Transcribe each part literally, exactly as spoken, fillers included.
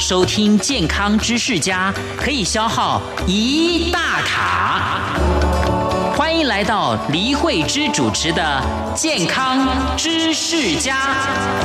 收听健康知识家，可以消耗一大卡。欢迎来到黎慧芝主持的健康知识家。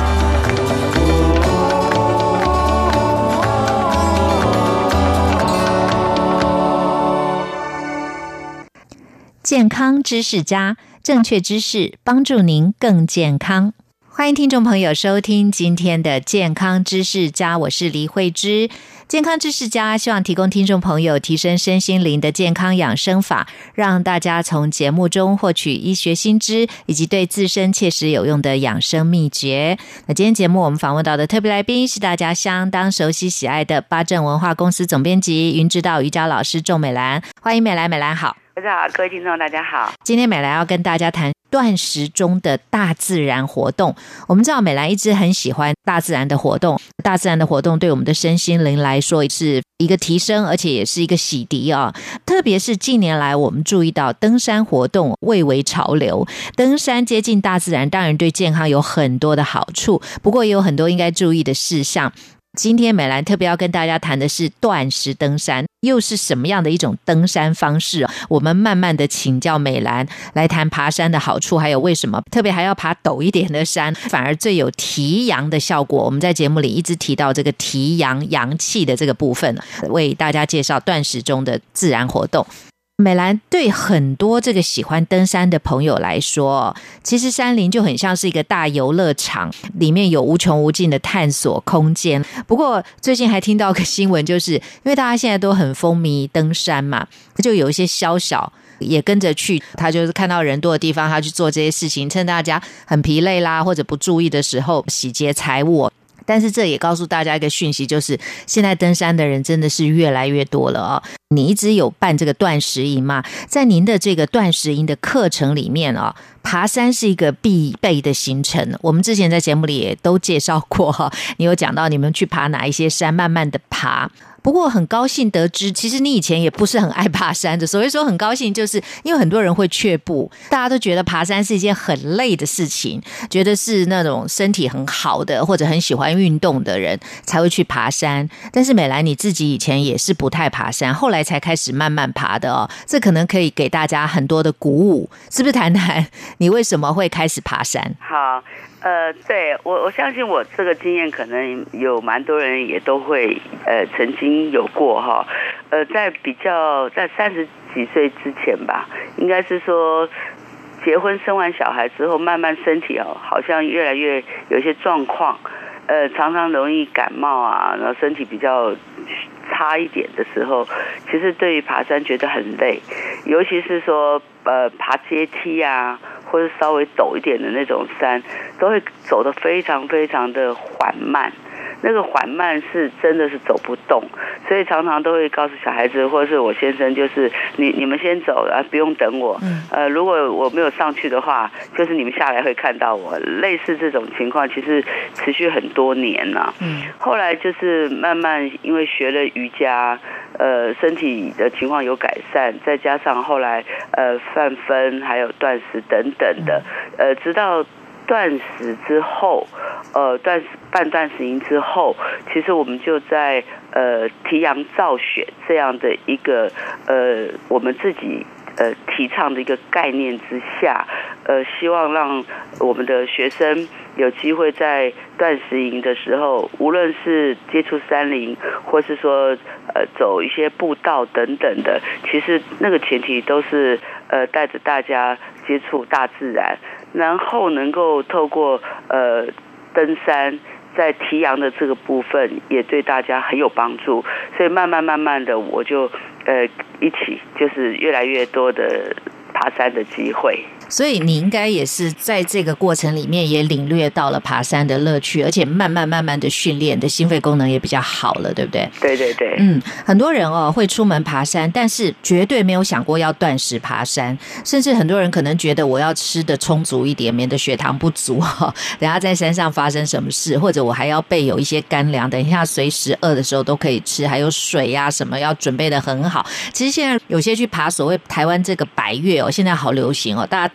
健康知识家，正确知识帮助您更健康。欢迎听众朋友收听今天的健康知识家，我是黎慧芝。健康知识家希望提供听众朋友提升身心灵的健康养生法，让大家从节目中获取医学新知，以及对自身切实有用的养生秘诀。那今天节目我们访问到的特别来宾是大家相当熟悉喜爱的八正文化公司总编辑云知道瑜伽老师仲美兰。欢迎美兰，美兰好。 大家好，各位听众大家好。 今天美兰要跟大家谈断食中的大自然活动。我们知道美兰一直很喜欢大自然的活动，大自然的活动对我们的身心灵来说是一个提升，而且也是一个洗涤啊。特别是近年来我们注意到登山活动蔚为潮流，登山接近大自然当然对健康有很多的好处，不过也有很多应该注意的事项。今天美兰特别要跟大家谈的是断食登山，又是什么样的一种登山方式？我们慢慢的请教美兰来谈爬山的好处，还有为什么特别还要爬陡一点的山，反而最有提阳的效果。我们在节目里一直提到这个提阳阳气的这个部分，为大家介绍断食中的自然活动。美兰对很多这个喜欢登山的朋友来说，其实山林就很像是一个大游乐场，里面有无穷无尽的探索空间。不过最近还听到个新闻，就是因为大家现在都很风靡登山嘛，就有一些宵小也跟着去，他就是看到人多的地方他去做这些事情，趁大家很疲累啦或者不注意的时候洗劫财物。但是这也告诉大家一个讯息，就是现在登山的人真的是越来越多了哦。你一直有办这个断食营嘛？在您的这个断食营的课程里面哦，爬山是一个必备的行程。我们之前在节目里也都介绍过哈，你有讲到你们去爬哪一些山，慢慢的爬。不过很高兴得知，其实你以前也不是很爱爬山的。所以说很高兴，就是因为很多人会却步，大家都觉得爬山是一件很累的事情，觉得是那种身体很好的或者很喜欢运动的人才会去爬山。但是美兰你自己以前也是不太爬山，后来才开始慢慢爬的哦。这可能可以给大家很多的鼓舞，是不是？谈谈你为什么会开始爬山？ 好。呃，对我我相信我这个经验可能有蛮多人也都会呃曾经有过哈，呃，在比较在三十几岁之前吧，应该是说结婚生完小孩之后，慢慢身体哦好像越来越有一些状况，呃，常常容易感冒啊，然后身体比较差一点的时候，其实对于爬山觉得很累，尤其是说呃爬阶梯啊，或者稍微陡一点的那种山，都会走得非常非常的缓慢。那个缓慢是真的是走不动，所以常常都会告诉小孩子或者是我先生，就是你你们先走啊，不用等我。呃，如果我没有上去的话，就是你们下来会看到我。类似这种情况，其实持续很多年了。嗯，后来就是慢慢因为学了瑜伽，呃，身体的情况有改善，再加上后来呃泛分还有断食等等的，呃，直到断食之后，呃，断食办断食营之后，其实我们就在呃提阳造血这样的一个呃我们自己呃提倡的一个概念之下，呃，希望让我们的学生有机会在断食营的时候，无论是接触山林，或是说呃走一些步道等等的，其实那个前提都是呃带着大家接触大自然。然后能够透过呃登山，在提阳的这个部分也对大家很有帮助，所以慢慢慢慢的我就呃一起就是越来越多的爬山的机会。 所以你应该也是在这个过程里面也领略到了爬山的乐趣，而且慢慢慢慢的训练的心肺功能也比较好了，对不对？ 对对对。 嗯，很多人哦会出门爬山，但是绝对没有想过要断食爬山，甚至很多人可能觉得我要吃的充足一点，免得血糖不足哈、哦，等下在山上发生什么事，或者我还要备有一些干粮，等一下随时饿的时候都可以吃，还有水呀、啊、什么要准备的很好。其实现在有些去爬所谓台湾这个百岳哦，现在好流行哦，大家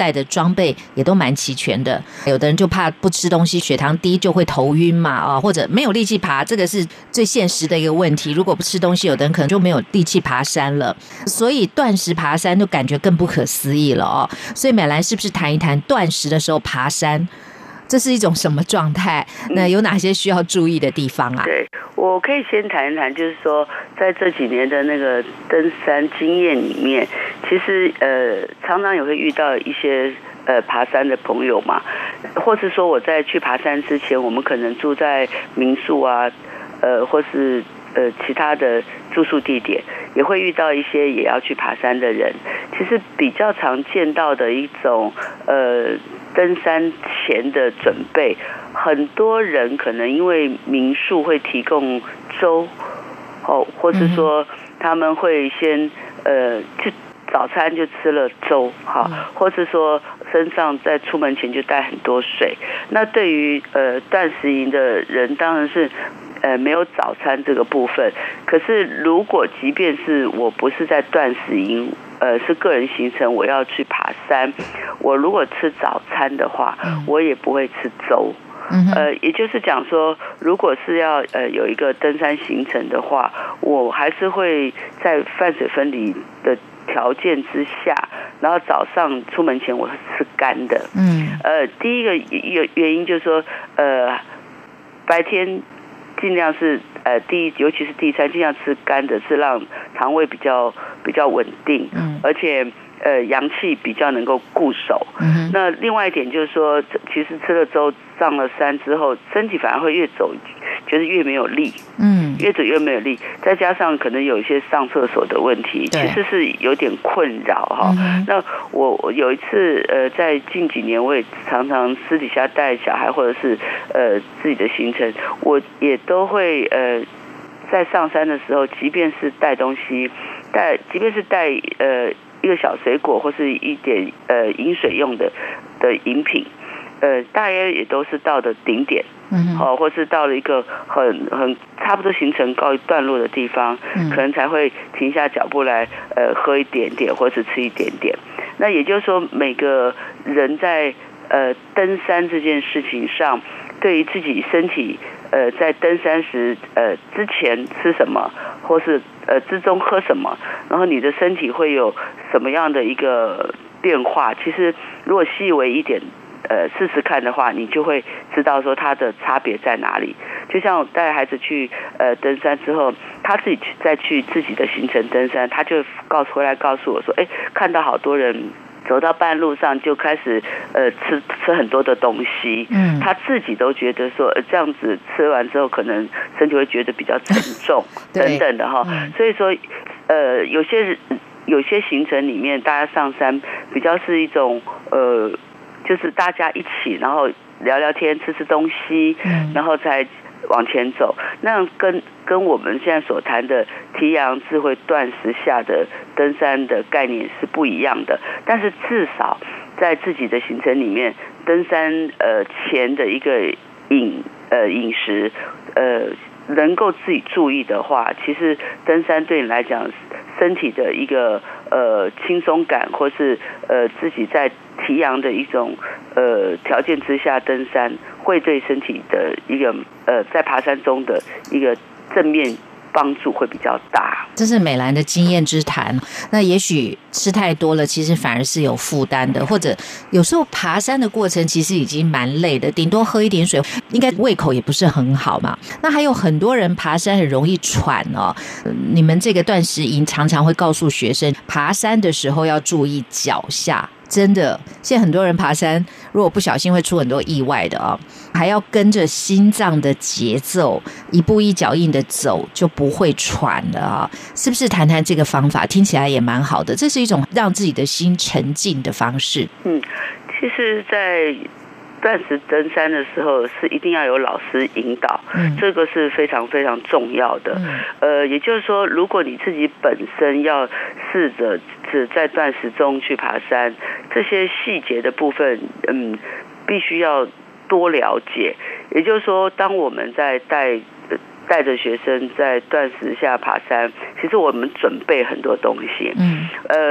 带的装备也都蛮齐全的。有的人就怕不吃东西血糖低就会头晕嘛，啊，或者没有力气爬，这个是最现实的一个问题。如果不吃东西，有的人可能就没有力气爬山了，所以断食爬山就感觉更不可思议了哦。所以美兰是不是谈一谈断食的时候爬山，这是一种什么状态？那有哪些需要注意的地方啊？ 对，我可以先谈一谈，就是说在这几年的那个登山经验里面，其实呃常常也会遇到一些呃爬山的朋友嘛，或是说我在去爬山之前，我们可能住在民宿啊，呃或是呃其他的住宿地点，也会遇到一些也要去爬山的人。其实比较常见到的一种呃登山前的准备，很多人可能因为民宿会提供粥，哦，或是说他们会先呃就早餐就吃了粥，哈，或是说身上在出门前就带很多水。那对于呃断食营的人，当然是呃没有早餐这个部分。可是如果即便是我不是在断食营，呃是个人行程，我要去爬山，我如果吃早餐的话，我也不会吃粥。呃，也就是讲说，如果是要呃有一个登山行程的话，我还是会在饭水分离的条件之下，然后早上出门前我是吃干的。嗯，呃，第一个原因就是说，呃，白天尽量是呃第一，尤其是第三，尽量吃干的，是让肠胃比较比较稳定，嗯，而且呃阳气比较能够固守。嗯，那另外一点就是说，其实吃了粥上了山之后，身体反而会越走觉得越没有力，嗯，越走越没有力，再加上可能有一些上厕所的问题，其实是有点困扰哈。嗯、那我我有一次呃，在近几年我也常常私底下带小孩或者是呃自己的行程，我也都会呃在上山的时候，即便是带东西，带即便是带呃一个小水果或是一点呃饮水用的的饮品。呃，大约也都是到的顶点，嗯，哦，或是到了一个很很差不多行程告一段落的地方，嗯，可能才会停下脚步来，呃，喝一点点或是吃一点点。那也就是说，每个人在呃登山这件事情上，对于自己身体，呃，在登山时，呃，之前吃什么，或是呃之中喝什么，然后你的身体会有什么样的一个变化？其实，如果细微一点。呃，试试看的话，你就会知道说它的差别在哪里。就像我带孩子去呃登山之后，他自己去再去自己的行程登山，他就告诉回来告诉我说，哎，看到好多人走到半路上就开始呃吃吃很多的东西，嗯，他自己都觉得说、呃、这样子吃完之后，可能身体会觉得比较沉重等等的哈。嗯、所以说，呃，有些有些行程里面，大家上山比较是一种呃。就是大家一起，然后聊聊天、吃吃东西，然后再往前走。那样跟跟我们现在所谈的提阳智慧断食下的登山的概念是不一样的。但是至少在自己的行程里面，登山呃前的一个饮呃饮食呃能够自己注意的话，其实登山对你来讲，身体的一个呃轻松感，或是呃自己在提阳的一种呃条件之下登山，会对身体的一个呃在爬山中的一个正面帮助会比较大。 这是美兰的经验之谈。那也许吃太多了，其实反而是有负担的，或者有时候爬山的过程其实已经蛮累的，顶多喝一点水，应该胃口也不是很好嘛。那还有很多人爬山很容易喘哦。你们这个断食营常常会告诉学生，爬山的时候要注意脚下。真的，现在很多人爬山，如果不小心会出很多意外的哦，还要跟着心脏的节奏，一步一脚印的走，就不会喘了啊、哦！是不是谈谈这个方法？听起来也蛮好的，这是一种让自己的心沉静的方式。 嗯，其实，在断食登山的时候是一定要有老师引导，嗯，这个是非常非常重要的。嗯、呃，也就是说，如果你自己本身要试着只在断食中去爬山，这些细节的部分，嗯，必须要多了解。也就是说，当我们在带带着学生在断食下爬山，其实我们准备很多东西，嗯，呃。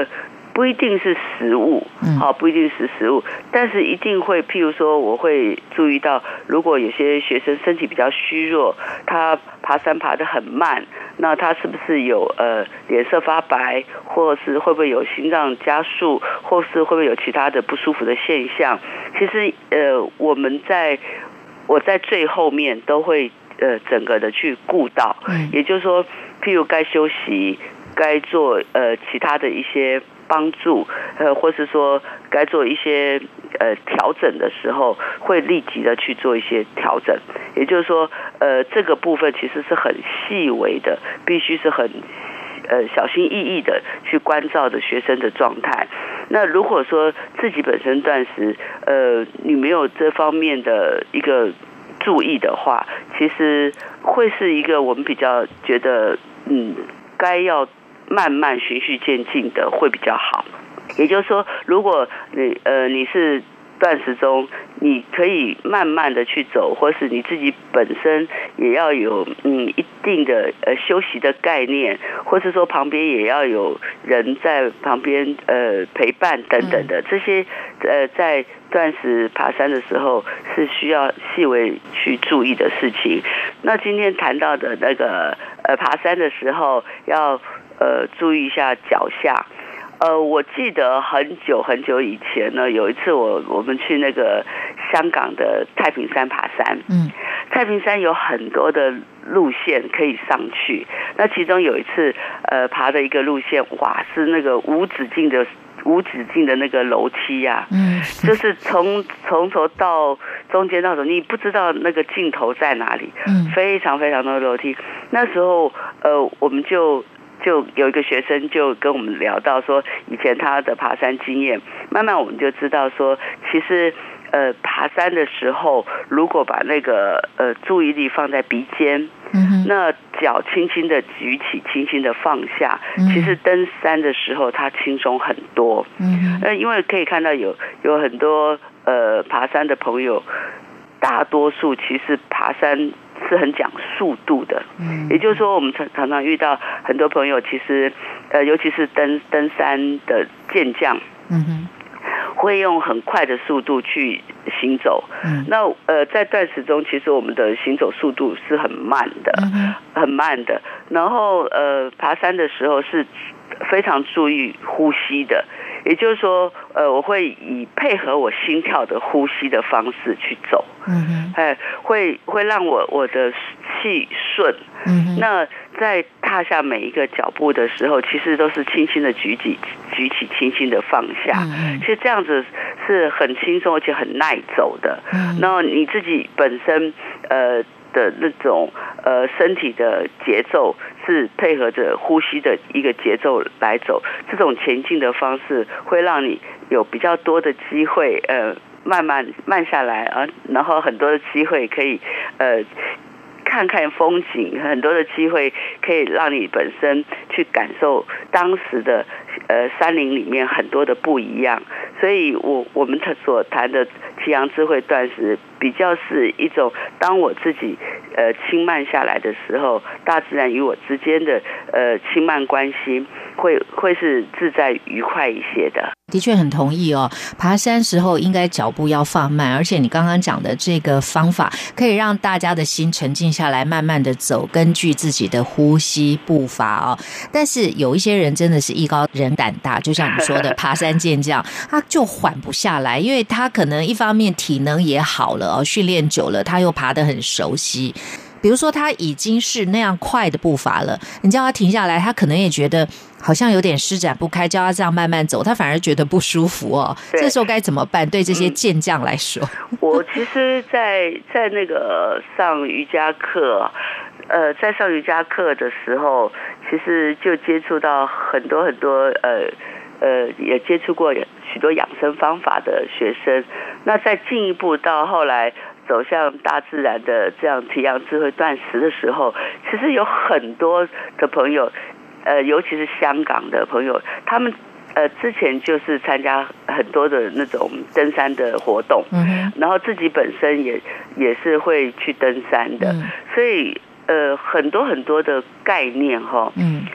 不一定是食物，好，不一定是食物，但是一定会，譬如说，我会注意到，如果有些学生身体比较虚弱，他爬山爬得很慢，那他是不是有呃脸色发白，或是会不会有心脏加速，或是会不会有其他的不舒服的现象？其实呃，我们在我在最后面都会呃整个的去顾到，也就是说，譬如该休息，该做呃其他的一些帮助，呃，或是说该做一些呃调整的时候，会立即的去做一些调整。也就是说，呃，这个部分其实是很细微的，必须是很呃小心翼翼的去关照着学生的状态。那如果说自己本身断食，呃，你没有这方面的一个注意的话，其实会是一个我们比较觉得，嗯，该要慢慢循序渐进的会比较好。也就是说，如果你呃你是断食中，你可以慢慢的去走，或是你自己本身也要有嗯一定的呃休息的概念，或是说旁边也要有人在旁边呃陪伴等等的，这些呃在断食爬山的时候是需要细微去注意的事情。那今天谈到的那个呃爬山的时候要呃注意一下脚下。呃，我记得很久很久以前呢，有一次我我们去那个香港的太平山爬山，嗯，太平山有很多的路线可以上去，那其中有一次呃爬的一个路线，哇，是那个无止境的无止境的那个楼梯呀、啊，嗯，就是从从头到中间到头，你不知道那个尽头在哪里，嗯，非常非常多的楼梯。那时候呃，我们就。就有一个学生就跟我们聊到说，以前他的爬山经验，慢慢我们就知道说，其实呃爬山的时候，如果把那个呃注意力放在鼻尖，嗯、那脚轻轻的举起，轻轻的放下，嗯、其实登山的时候它轻松很多。嗯，呃，因为可以看到有有很多呃爬山的朋友，大多数其实爬山是很讲速度的，嗯，也就是说，我们常常常遇到很多朋友，其实，呃，尤其是登登山的健将，嗯哼，会用很快的速度去行走。嗯，那呃，在断食中，其实我们的行走速度是很慢的，嗯、很慢的。然后呃，爬山的时候是非常注意呼吸的。也就是说，呃，我会以配合我心跳的呼吸的方式去走，嗯哼，哎，会会让我我的气顺，嗯哼，那在踏下每一个脚步的时候，其实都是轻轻的举起，举起，轻轻的放下，嗯，其实这样子是很轻松而且很耐走的，嗯，然后你自己本身，呃。的那种呃身体的节奏是配合着呼吸的一个节奏来走，这种前进的方式会让你有比较多的机会呃慢慢慢下来啊，然后很多的机会可以呃看看风景，很多的机会可以让你本身去感受当时的呃山林里面很多的不一样。所以我我们所谈的奇阳智慧断食，比较是一种当我自己呃轻慢下来的时候，大自然与我之间的呃轻慢关系会会是自在愉快一些的。 的确很同意哦，爬山时候应该脚步要放慢，而且你刚刚讲的这个方法可以让大家的心沉静下来，慢慢的走，根据自己的呼吸步伐哦。但是有一些人真的是艺高人胆大，就像你说的爬山健将，他就缓不下来，因为他可能一方面体能也好了哦，训练久了他又爬得很熟悉。比如说他已经是那样快的步伐了，你叫他停下来，他可能也觉得好像有点施展不开，叫他这样慢慢走，他反而觉得不舒服哦。这时候该怎么办？对这些健将来说， 嗯、我其实在在那个上瑜伽课，呃，在上瑜伽课的时候，其实就接触到很多很多呃呃，也接触过许多养生方法的学生。那再进一步到后来走向大自然的这样奇阳智慧断食的时候，其实有很多的朋友，呃，尤其是香港的朋友，他们呃之前就是参加很多的那种登山的活动，嗯，然后自己本身也也是会去登山的，嗯，所以呃很多很多的概念哈，嗯，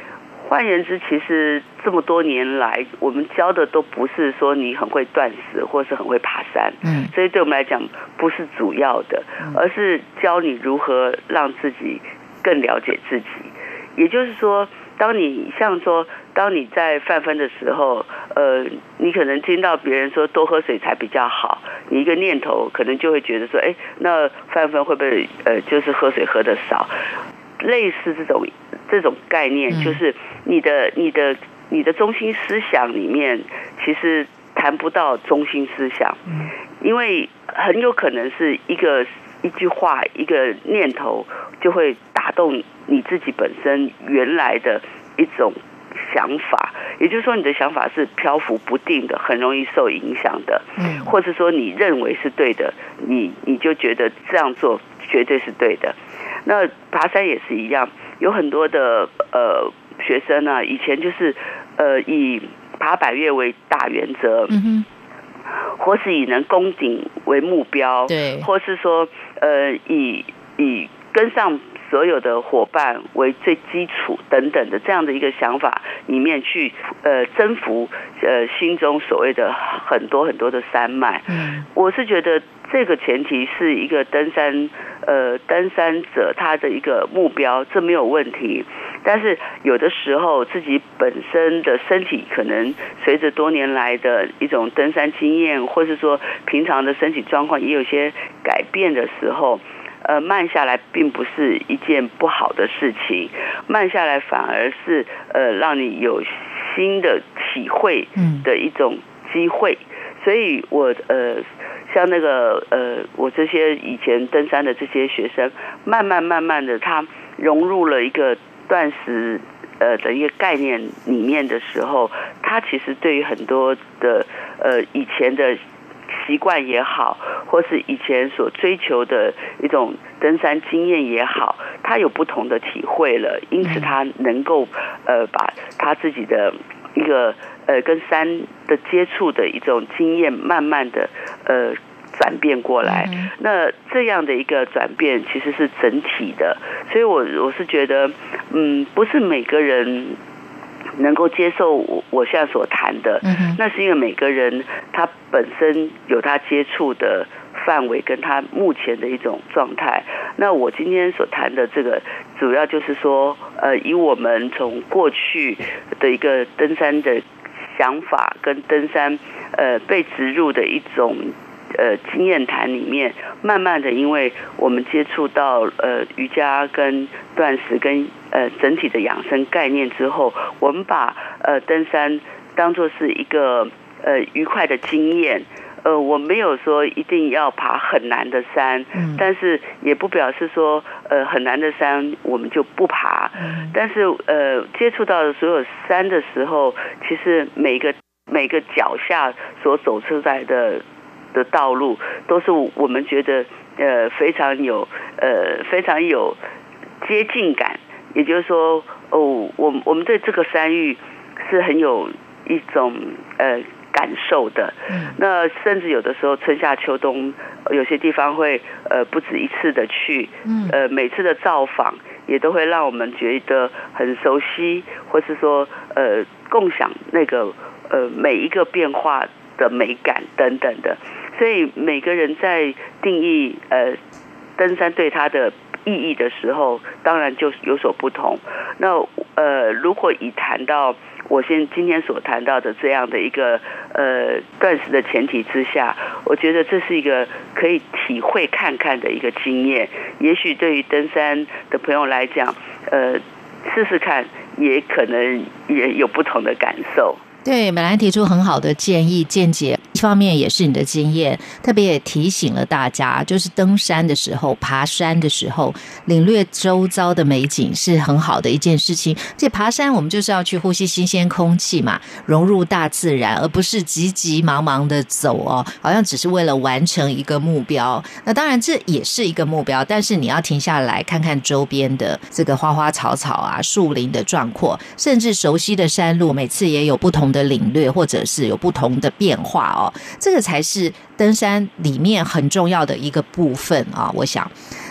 换言之，其实这么多年来，我们教的都不是说你很会断食，或是很会爬山， 嗯， 所以对我们来讲不是主要的，而是教你如何让自己更了解自己。也就是说，当你像说，当你在犯分的时候，呃，你可能听到别人说多喝水才比较好，你一个念头可能就会觉得说，哎，那犯分会不会呃，就是喝水喝得少？类似这种这种概念，就是你的你的你的中心思想里面，其实谈不到中心思想，因为很有可能是一个一句话一个念头就会打动你自己本身原来的一种想法，也就是说你的想法是漂浮不定的，很容易受影响的，或者说你认为是对的，你你就觉得这样做绝对是对的。那爬山也是一样，有很多的呃学生呢、啊，以前就是呃以爬百岳为大原则，嗯哼，或是以能攻顶为目标， 对， 或是说呃以以跟上所有的伙伴为最基础等等的这样的一个想法里面去呃征服呃心中所谓的很多很多的山脉。嗯，我是觉得这个前提是一个登山呃登山者他的一个目标，这没有问题。但是有的时候自己本身的身体可能随着多年来的一种登山经验，或是说平常的身体状况也有些改变的时候，呃，慢下来并不是一件不好的事情，慢下来反而是呃让你有新的体会的一种机会。所以我呃像那个呃我这些以前登山的这些学生，慢慢慢慢的他融入了一个断食呃的一个概念里面的时候，他其实对于很多的呃以前的习惯也好，或是以前所追求的一种登山经验也好，他有不同的体会了，因此他能够呃把他自己的一个呃跟山的接触的一种经验，慢慢的呃转变过来。那这样的一个转变其实是整体的，所以我我是觉得，嗯，不是每个人能够接受我我现在所谈的，那是因为每个人他本身有他接触的范围跟他目前的一种状态。那我今天所谈的这个，主要就是说，呃，以我们从过去的一个登山的想法跟登山呃被植入的一种呃经验谈里面，慢慢的，因为我们接触到呃瑜伽跟断食跟呃整体的养生概念之后，我们把呃登山当作是一个呃愉快的经验。呃，我没有说一定要爬很难的山，嗯、但是也不表示说呃很难的山我们就不爬。嗯、但是呃接触到所有山的时候，其实每个每个脚下所走出来的的道路，都是我们觉得呃非常有呃非常有接近感。也就是说，哦，我我们对这个山域是很有一种呃。感受的，那甚至有的时候春夏秋冬，有些地方会呃不止一次的去，呃每次的造访也都会让我们觉得很熟悉，或是说呃共享那个呃每一个变化的美感等等的。所以每个人在定义呃登山对他的意义的时候，当然就有所不同。那呃如果以谈到我先今天所谈到的这样的一个呃断食的前提之下，我觉得这是一个可以体会看看的一个经验。也许对于登山的朋友来讲，呃，试试看也可能也有不同的感受。 对，美兰提出很好的建议见解，一方面也是你的经验，特别也提醒了大家，就是登山的时候，爬山的时候，领略周遭的美景是很好的一件事情。而且爬山我们就是要去呼吸新鲜空气嘛，融入大自然，而不是急急忙忙的走哦，好像只是为了完成一个目标。那当然这也是一个目标，但是你要停下来看看周边的这个花花草草啊，树林的壮阔，甚至熟悉的山路，每次也有不同的的领略，或者是有不同的变化哦，这个才是登山里面很重要的一个部分啊。我想，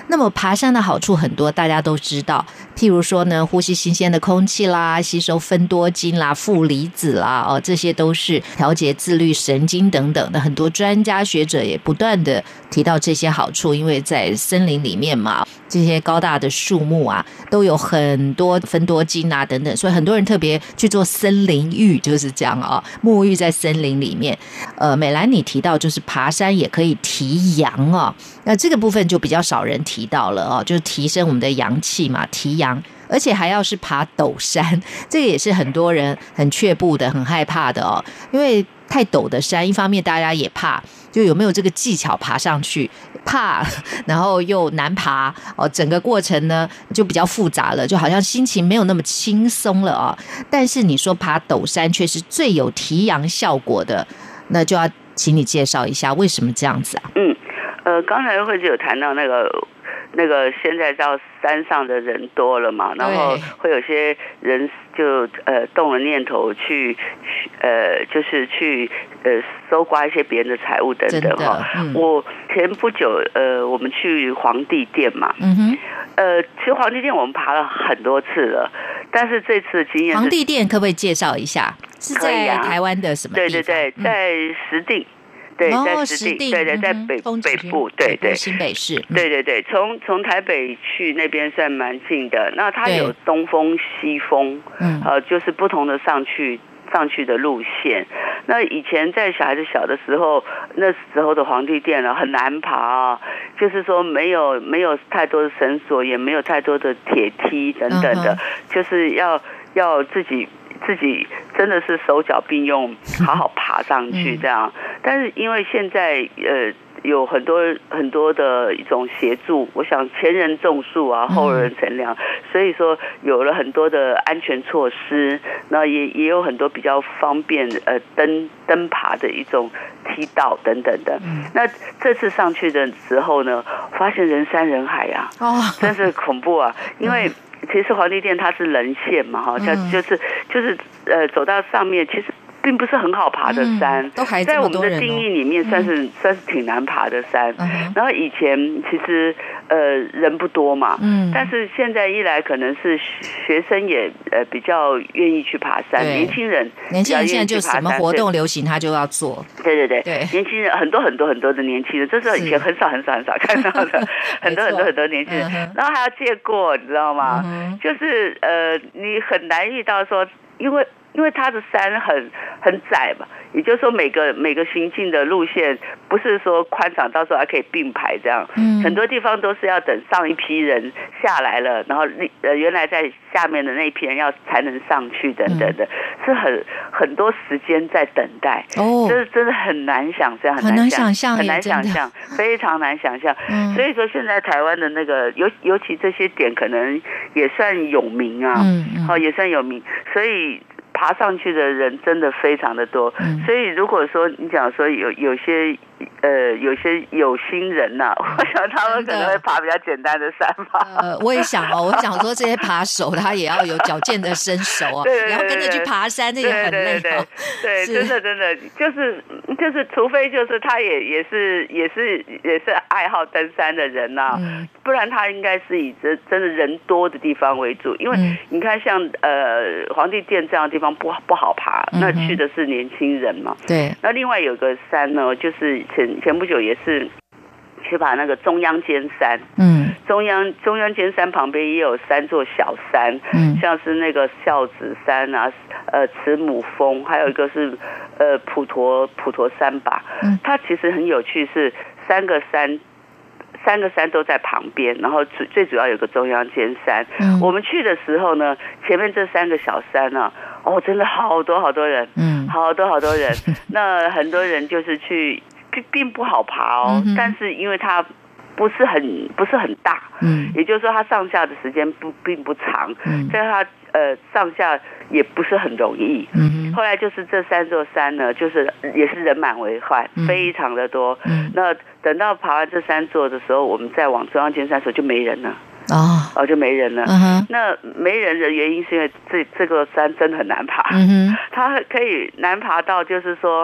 那么爬山的好处很多，大家都知道，譬如说呢，呼吸新鲜的空气啦，吸收芬多精啦、负离子啦，哦，这些都是调节自律神经等等的。很多专家学者也不断的提到这些好处，因为在森林里面嘛，这些高大的树木啊，都有很多芬多精啊等等，所以很多人特别去做森林浴，就是这样啊、哦，沐浴在森林里面。呃，美兰你提到就是爬山也可以提阳哦，那这个部分就比较少人提到了哦，就是提升我们的阳气嘛，提阳。而且还要是爬陡山，这个也是很多人很却步的、很害怕的哦。因为太陡的山，一方面大家也怕，就有没有这个技巧爬上去，怕，然后又难爬哦。整个过程呢就比较复杂了，就好像心情没有那么轻松了哦。但是你说爬陡山却是最有提阳效果的，那就要请你介绍一下为什么这样子啊？ 嗯，呃，刚才慧姐有谈到那个。那个现在到山上的人多了嘛，然后会有些人就呃动了念头去，呃就是去呃搜刮一些别人的财物等等哈、嗯。我前不久呃我们去皇帝殿嘛，嗯哼，呃其实皇帝殿我们爬了很多次了，但是这次的经验是， 皇帝殿可不可以介绍一下？是在台湾的什么地方？ 对对对，在石碇。对，在石碇，对对，在北北部，对对， 新北市， 对对对，从从台北去那边算蛮近的。那它有东风、西风，嗯，呃，就是不同的上去上去的路线。那以前在小孩子小的时候，那时候的皇帝殿呢很难爬啊，就是说没有没有太多的绳索，也没有太多的铁梯等等的，嗯、就是要要自己。自己真的是手脚并用，好好爬上去这样。但是因为现在呃有很多很多的一种协助，我想前人种树啊，后人乘凉，所以说有了很多的安全措施，那也也有很多比较方便呃登登爬的一种梯道等等的。那这次上去的时候呢，发现人山人海啊，真是恐怖啊，因为。其实皇帝殿它是人线嘛，哈，它就是就是呃走到上面，其实并不是很好爬的山， 嗯、 在我们的定义里面算是、嗯、算是挺难爬的山。嗯、然后以前其实呃人不多嘛，嗯，但是现在一来可能是学生也呃比较愿意去爬山，年轻人年轻人现在就什么活动流行他就要做， 对对对，对年轻人很多很多很多的年轻人，这是以前很少很少很少看到的，很多很多很多年轻人，嗯、然后还要借过，你知道吗？嗯、就是呃你很难遇到说，因为。因为它的山很很窄嘛，也就是说每个每个行进的路线不是说宽敞，到时候还可以并排这样。嗯，很多地方都是要等上一批人下来了，然后呃原来在下面的那一批人要才能上去等等的，嗯、是很很多时间在等待。哦，这是真的很难想象， 很难想象， 很难想象，非常难想象。嗯，所以说现在台湾的那个尤尤其这些点可能也算有名啊，嗯嗯，哦也算有名，所以。爬上去的人真的非常的多，嗯、所以如果说你讲说有有些呃有些有心人呐、啊，我想他们可能会爬比较简单的山吧。 呃，我也想哦，我想说这些爬手他也要有矫健的身手啊， 对对对对， 然后跟着去爬山，这也很累、哦。 对对对对，对真的真的就是就是，除非就是他也也是也是也是爱好登山的人呐、啊，嗯、不然他应该是以真真的人多的地方为主，因为你看像呃皇帝殿这样的地方。不不好爬，那去的是年轻人嘛。 对。 那另外有个山呢，就是前前不久也是去爬那个中央尖山。嗯。中央中央尖山旁边也有三座小山，嗯，像是那个孝子山啊，呃，慈母峰，还有一个是呃普陀普陀山吧。嗯。它其实很有趣，是三个山。三个山都在旁边，然后最最主要有个中央尖山。嗯，我们去的时候呢，前面这三个小山呢、啊，哦，真的好多好多人，嗯，好多好多人。那很多人就是去，并并不好爬哦，嗯、但是因为它不是很不是很大，嗯，也就是说它上下的时间不并不长，嗯，所以它呃上下也不是很容易，嗯，后来就是这三座山呢，就是也是人满为患，嗯、非常的多，嗯，那等到爬完这三座的时候，我们再往中央尖山的时候就没人了。哦，哦，就没人了。Uh-huh. 那没人的原因是因为这这个山真的很难爬，uh-huh. 它可以难爬到就是说，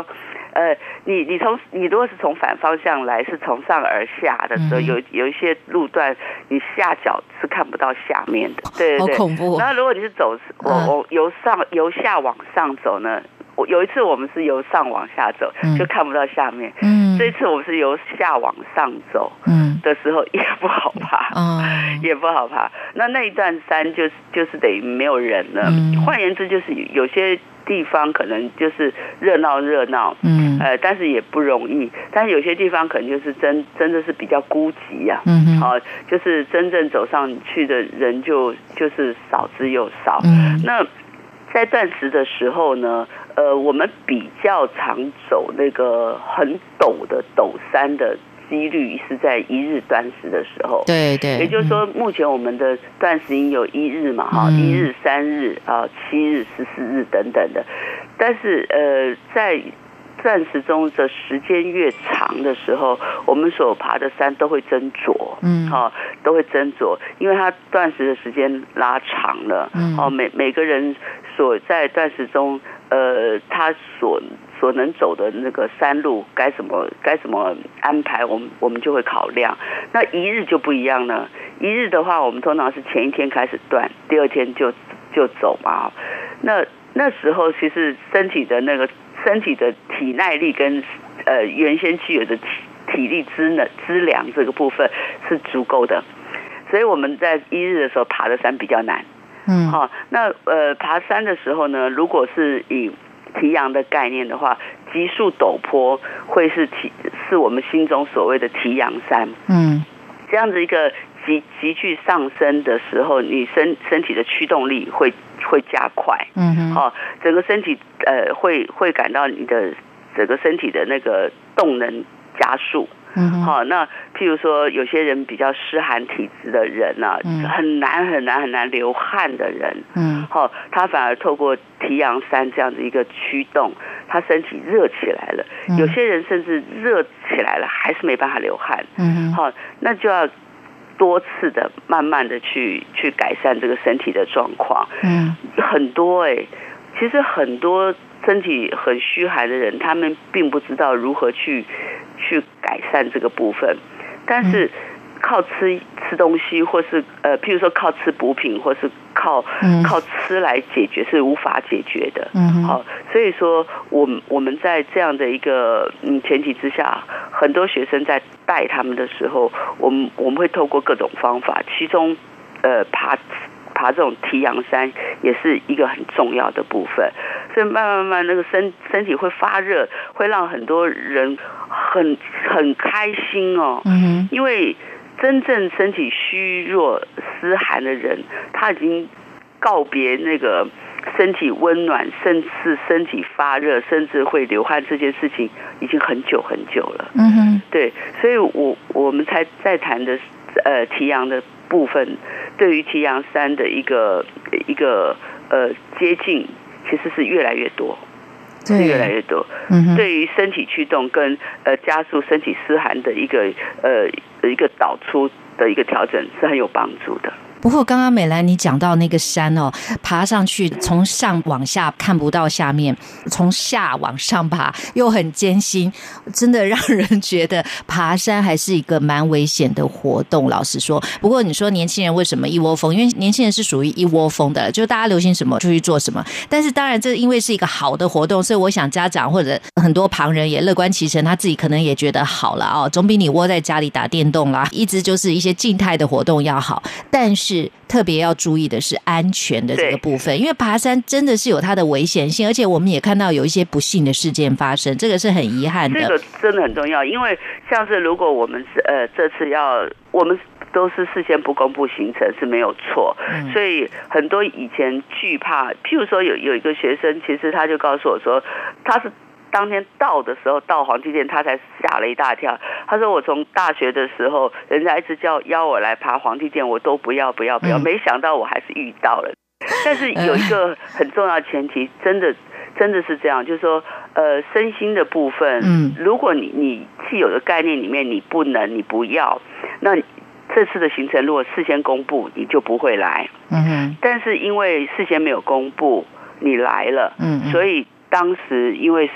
呃，你你从你如果是从反方向来，是从上而下的时候，嗯、有有一些路段你下脚是看不到下面的，对对对， 好恐怖。 然后如果你是走我我由上由下往上走呢？我有一次我们是由上往下走，嗯、就看不到下面。嗯，这一次我们是由下往上走，嗯的时候也不好爬，嗯，也不好爬。那那一段山就是就是等于没有人了。嗯，换言之就是有些地方可能就是热闹热闹，嗯，呃，但是也不容易。但是有些地方可能就是真真的是比较孤寂啊，嗯，好、呃，就是真正走上去的人就就是少之又少。嗯，那在断食的时候呢？呃，我们比较常走那个很陡的陡山的几率是在一日断食的时候， 对对， 也就是说，目前我们的断食营有一日嘛，哈、嗯，一日、三日啊、七日、十四日等等的，但是呃，在断食中的时间越长的时候，我们所爬的山都会增浊，嗯，好、哦，都会增浊，因为它断食的时间拉长了，嗯，哦，每每个人所在断食中。呃，他所所能走的那个山路该怎么该怎么安排，我们我们就会考量。那一日就不一样了，一日的话，我们通常是前一天开始断，第二天就就走嘛。那那时候其实身体的那个身体的体耐力跟呃原先具有的体体力资能资粮这个部分是足够的，所以我们在一日的时候爬的山比较难。嗯，好、哦，那呃，爬山的时候呢，如果是以提阳的概念的话，急速陡坡会是提是我们心中所谓的提阳山。嗯，这样子一个急急剧上升的时候，你身身体的驱动力会会加快。嗯哼，好、哦，整个身体呃会会感到你的整个身体的那个动能加速。嗯，好，那譬如说有些人比较湿寒体质的人啊，嗯、很难很难很难流汗的人，嗯，好，他反而透过提阳山这样的一个驱动，他身体热起来了。嗯、有些人甚至热起来了，还是没办法流汗。嗯，好，那就要多次的、慢慢的去去改善这个身体的状况。嗯，很多哎、欸，其实很多身体很虚寒的人，他们并不知道如何去。去改善这个部分，但是靠吃吃东西，或是呃，譬如说靠吃补品，或是靠、嗯、靠吃来解决是无法解决的。嗯，好，所以说我们我们在这样的一个嗯前提之下，很多学生在带他们的时候，我们我们会透过各种方法，其中呃爬。爬这种提阳山也是一个很重要的部分，所以慢慢慢慢那个身身体会发热，会让很多人很很开心哦。嗯，因为真正身体虚弱湿寒的人，他已经告别那个身体温暖，甚至身体发热，甚至会流汗这件事情，已经很久很久了。嗯哼，对，所以我我们才在谈的呃提阳的部分。对于提阳山的一个一个呃接近，其实是越来越多，是越来越多。嗯，对于身体驱动跟呃加速身体湿寒的一个呃一个导出的一个调整是很有帮助的。 不过刚刚美兰你讲到那个山哦，爬上去从上往下看不到下面，从下往上爬又很艰辛，真的让人觉得爬山还是一个蛮危险的活动。老实说，不过你说年轻人为什么一窝蜂？因为年轻人是属于一窝蜂的，就大家流行什么就去做什么。但是当然这因为是一个好的活动，所以我想家长或者很多旁人也乐观其成，他自己可能也觉得好了哦，总比你窝在家里打电动啦，一直就是一些静态的活动要好。但是是特别要注意的是安全的这个部分，因为爬山真的是有它的危险性，而且我们也看到有一些不幸的事件发生，这个是很遗憾的。 这个真的很重要，因为像是如果我们呃这次要我们都是事先不公布行程是没有错，嗯、所以很多以前惧怕，譬如说有有一个学生，其实他就告诉我说，他是。当天到的时候，到皇帝殿，他才吓了一大跳。他说：“我从大学的时候，人家一直叫邀我来爬皇帝殿，我都不要不要不要。嗯、没想到我还是遇到了。但是有一个很重要的前提，真的真的是这样，就是说，呃，身心的部分，嗯，如果你你既有的概念里面你不能，你不要，那这次的行程如果事先公布，你就不会来。嗯哼。但是因为事先没有公布，你来了，嗯，所以。”当时因为是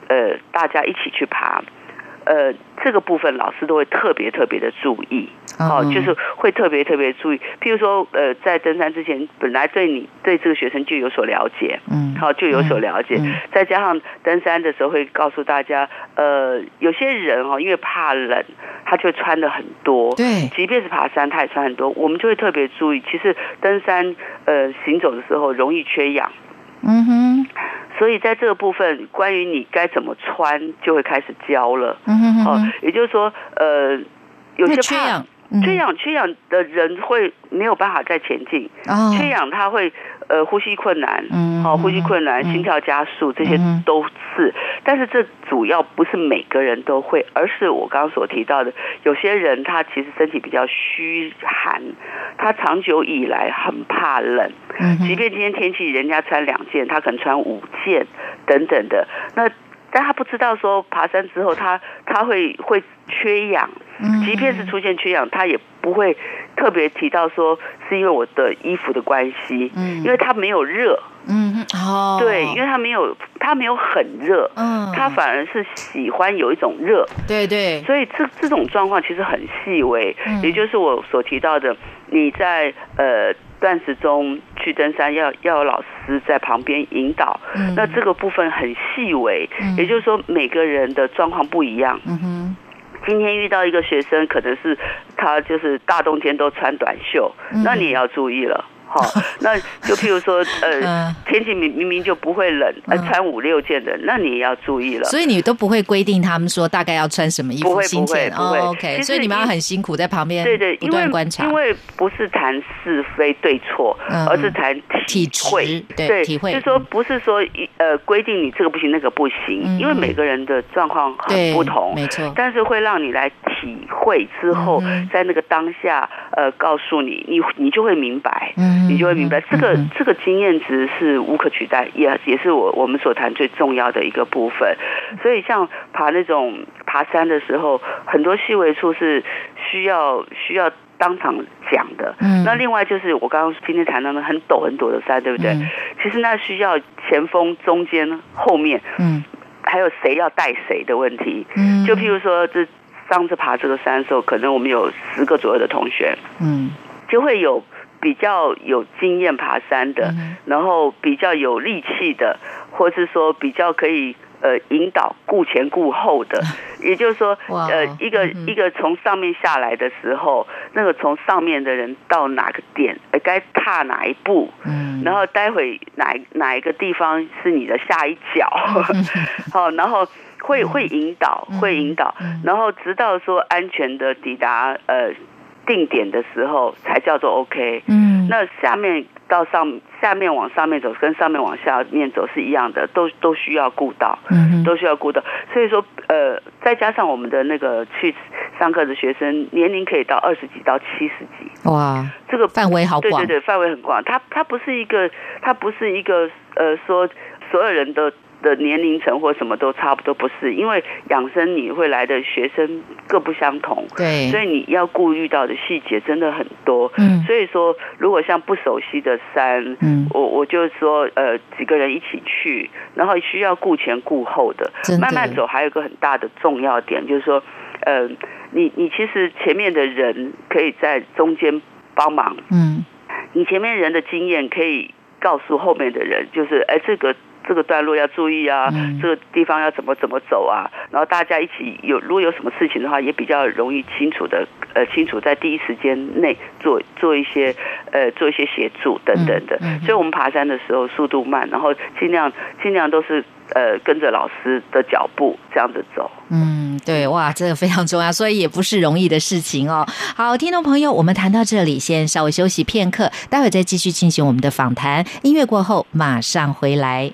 呃大家一起去爬，呃这个部分老师都会特别特别的注意。哦，就是会特别特别注意，譬如说，呃，在登山之前，本来对你对这个学生就有所了解，嗯，好，就有所了解，嗯、再加上登山的时候会告诉大家，呃，有些人哦，因为怕冷，他就穿的很多， 对， 即便是爬山，他也穿很多，我们就会特别注意，其实登山呃行走的时候容易缺氧，嗯哼。所以在这个部分，关于你该怎么穿，就会开始教了，嗯哼哼哼，哦，也就是说，呃，有些缺氧。 缺氧缺氧的人会没有办法再前进，哦、缺氧他会呃呼吸困难，嗯，好、哦、呼吸困难、嗯、心跳加速，这些都是，但是这主要不是每个人都会，而是我刚刚所提到的，有些人他其实身体比较虚寒，他长久以来很怕冷，嗯，即便今天天气人家穿两件，他可能穿五件等等的，那但他不知道说爬山之后他他会会缺氧。即便是出现缺氧，他也不会特别提到说是因为我的衣服的关系，嗯，因为他没有热，嗯，哦，对，因为他没有他没有很热，嗯，他反而是喜欢有一种热， 对对， 所以这这种状况其实很细微，嗯，也就是我所提到的，你在呃断食中去登山要要有老师在旁边引导，嗯，那这个部分很细微，嗯，也就是说每个人的状况不一样，嗯哼。今天遇到一个学生，可能是他就是大冬天都穿短袖，嗯、那你也要注意了。好、哦，那就譬如说，呃，天气明明明就不会冷，呃，穿五六件的，那你也要注意了。 所以你都不会规定他们说大概要穿什么衣服？ 不会，不会，不会。 哦、OK， 所以你们要很辛苦在旁边， 对对， 不断观察。 因为不是谈是非对错，嗯、而是谈体会， 对，对体会。 就是说不是说呃规定你这个不行那个不行，嗯、因为每个人的状况很不同， 没错。 但是会让你来体会之后，嗯、在那个当下，呃，告诉你，你你就会明白，嗯、你就会明白。这个这个经验值是无可取代，也也是我我们所谈最重要的一个部分。所以像爬那种爬山的时候，很多细微处是需要需要当场讲的。嗯，那另外就是我刚刚今天谈到的很陡很陡的山，对不对？嗯、其实那需要前锋、中间、后面，嗯，还有谁要带谁的问题。嗯，就譬如说，这上次爬这个山的时候，可能我们有十个左右的同学，嗯，就会有比较有经验爬山的，嗯、然后比较有力气的，或是说比较可以呃引导顾前顾后的，也就是说，呃，一个、嗯、一个从上面下来的时候，那个从上面的人到哪个点，呃，该踏哪一步，嗯，然后待会哪哪一个地方是你的下一脚，好，然后会会引导，会引导，然后直到说安全的抵达呃。定点的时候才叫做 OK。嗯，那下面到上，下面往上面走，跟上面往下面走是一样的，都都需要顾到，嗯，都需要顾到。所以说，呃，再加上我们的那个去上课的学生年龄可以到二十几到七十几， 哇， 这个范围好广， 对对对，范围很广。它它不是一个，它不是一个呃说所有人都。的年龄层或什么都差不多，不是，因为养生你会来的学生各不相同， 对， 所以你要顾虑到的细节真的很多。嗯，所以说如果像不熟悉的山，嗯，我我就说呃几个人一起去，然后需要顾前顾后的，慢慢走。还有一个很大的重要点就是说，呃，你你其实前面的人可以在中间帮忙，嗯，你前面人的经验可以告诉后面的人，就是哎这个。这个段落要注意啊，嗯、这个地方要怎么怎么走啊，然后大家一起有，如果有什么事情的话，也比较容易清楚的，呃，清楚在第一时间内做做一些，呃，做一些协助等等的。嗯嗯、所以我们爬山的时候速度慢，然后尽量尽量都是呃跟着老师的脚步这样子走。 嗯，对，哇，这个非常重要，所以也不是容易的事情哦。好，听众朋友，我们谈到这里，先稍微休息片刻，待会再继续进行我们的访谈。音乐过后马上回来。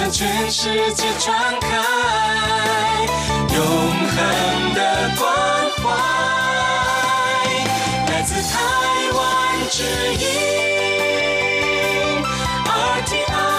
向全世界传开永恒的关怀，来自台湾之音 R T I。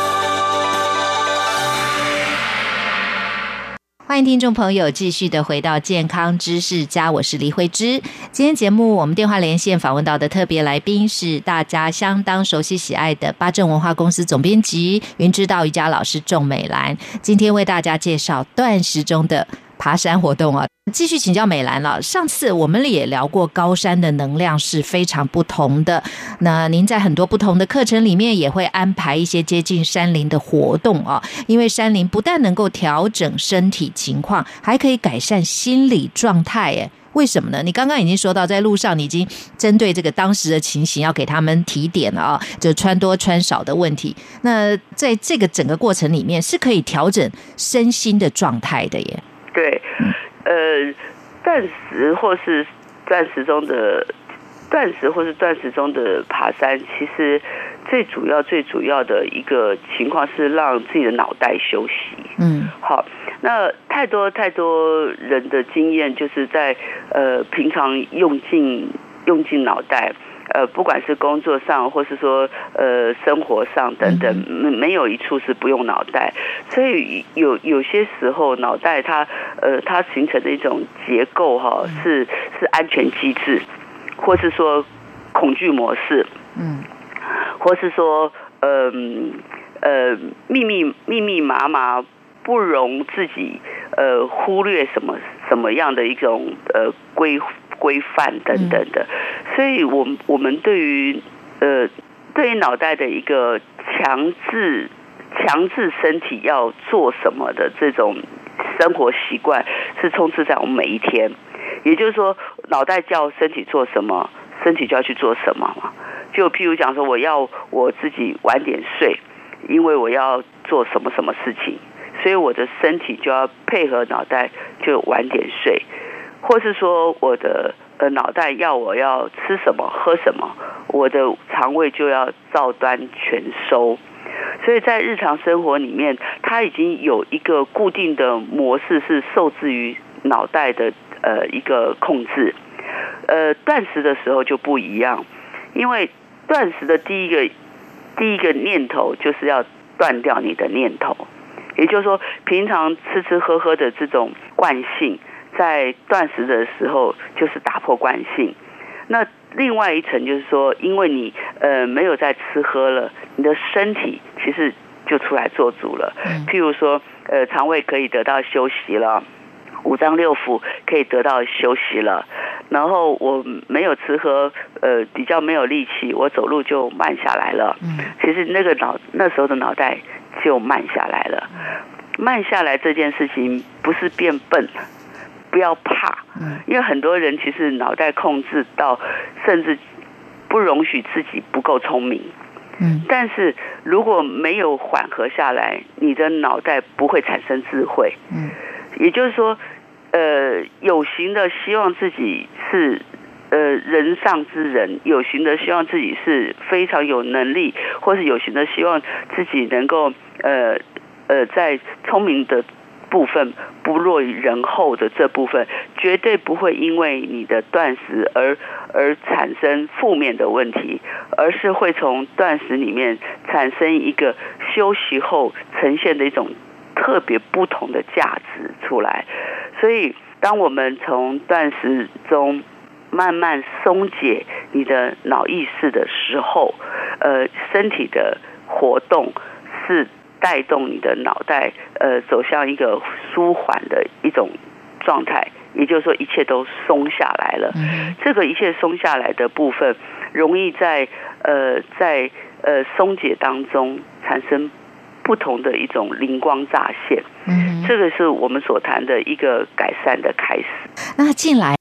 欢迎听众朋友继续的回到健康知识家，我是黎慧芝。今天节目我们电话连线访问到的特别来宾是大家相当熟悉喜爱的八正文化公司总编辑云知道瑜伽老师仲美兰，今天为大家介绍断食中的爬山活动啊。继续请教美兰了，上次我们也聊过高山的能量是非常不同的，那您在很多不同的课程里面也会安排一些接近山林的活动啊，因为山林不但能够调整身体情况，还可以改善心理状态耶。为什么呢？你刚刚已经说到，在路上你已经针对这个当时的情形要给他们提点了啊，就穿多穿少的问题。那在这个整个过程里面是可以调整身心的状态的耶。 对，呃，断食或是断食中的断食或是断食中的爬山，其实最主要最主要的一个情况是让自己的脑袋休息。嗯，好，那太多太多人的经验就是在呃平常用尽用尽脑袋。呃，不管是工作上，或是说呃生活上等等，没有一处是不用脑袋。所以有有些时候，脑袋它呃它形成的一种结构哈，是是安全机制，或是说恐惧模式，嗯，或是说呃呃密密密密麻麻，不容自己呃忽略什么什么样的一种呃规。规范等等的，所以我们我们对于呃对于脑袋的一个强制强制身体要做什么的这种生活习惯，是充斥在我们每一天。也就是说，脑袋叫身体做什么，身体就要去做什么嘛。就譬如讲说，我要我自己晚点睡，因为我要做什么什么事情，所以我的身体就要配合脑袋，就晚点睡。或是说我的呃脑袋要我要吃什么喝什么，我的肠胃就要照单全收。所以在日常生活里面，它已经有一个固定的模式是受制于脑袋的呃一个控制。呃，断食的时候就不一样，因为断食的第一个第一个念头就是要断掉你的念头，也就是说，平常吃吃喝喝的这种惯性。在断食的时候，就是打破惯性。那另外一层就是说，因为你呃没有在吃喝了，你的身体其实就出来做主了。譬如说，呃，肠胃可以得到休息了，五脏六腑可以得到休息了。然后我没有吃喝，呃，比较没有力气，我走路就慢下来了。其实那个脑那时候的脑袋就慢下来了。慢下来这件事情不是变笨。不要怕，因为很多人其实脑袋控制到，甚至不容许自己不够聪明。嗯，但是如果没有缓和下来，你的脑袋不会产生智慧。嗯，也就是说，呃，有形的希望自己是呃人上之人，有形的希望自己是非常有能力，或是有形的希望自己能够呃呃在聪明的部分不落于人后的这部分，绝对不会因为你的断食而而产生负面的问题，而是会从断食里面产生一个休息后呈现的一种特别不同的价值出来。所以当我们从断食中慢慢松解你的脑意识的时候，呃，身体的活动是带动你的脑袋呃走向一个舒缓的一种状态，也就是说一切都松下来了。嗯、这个一切松下来的部分，容易在呃在呃松解当中产生不同的一种灵光乍现。嗯，这个是我们所谈的一个改善的开始。 那进来